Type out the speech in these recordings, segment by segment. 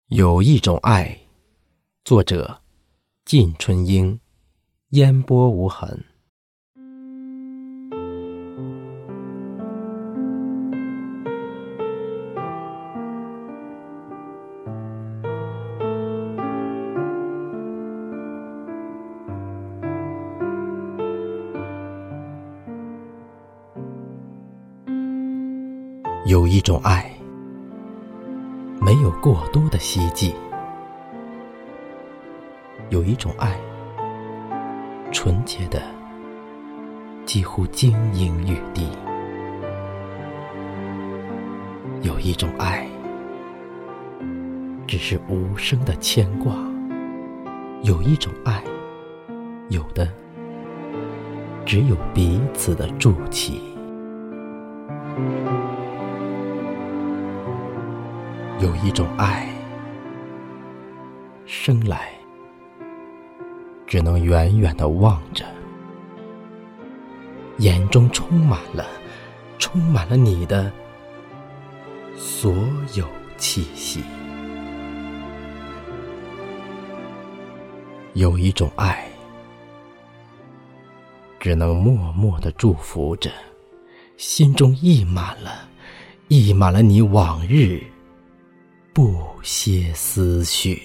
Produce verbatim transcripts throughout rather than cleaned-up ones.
有一种爱，作者晋春英，烟波无痕。有一种爱，没有过多的希冀；有一种爱，纯洁的几乎晶莹欲滴；有一种爱，只是无声的牵挂；有一种爱，有的只有彼此的筑起。有一种爱，生来只能远远地望着，眼中充满了充满了你的所有气息。有一种爱，只能默默地祝福着，心中溢满了溢满了你往日不歇思绪。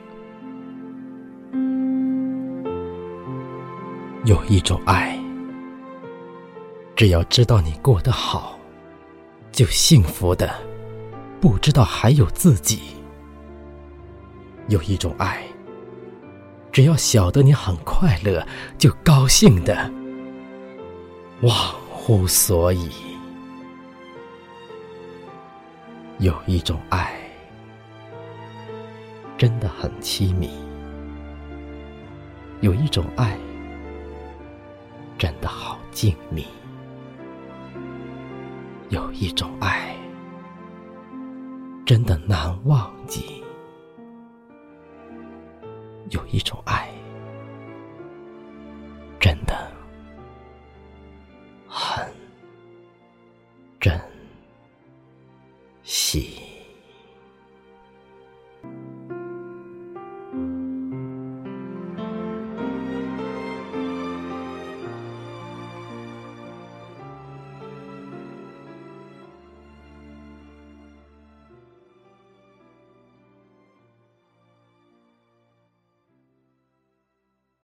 有一种爱，只要知道你过得好，就幸福的不知道还有自己。有一种爱，只要晓得你很快乐，就高兴的忘乎所以。有一种爱，真的很凄迷；有一种爱，真的好静谧；有一种爱，真的难忘记；有一种爱，真的很珍惜。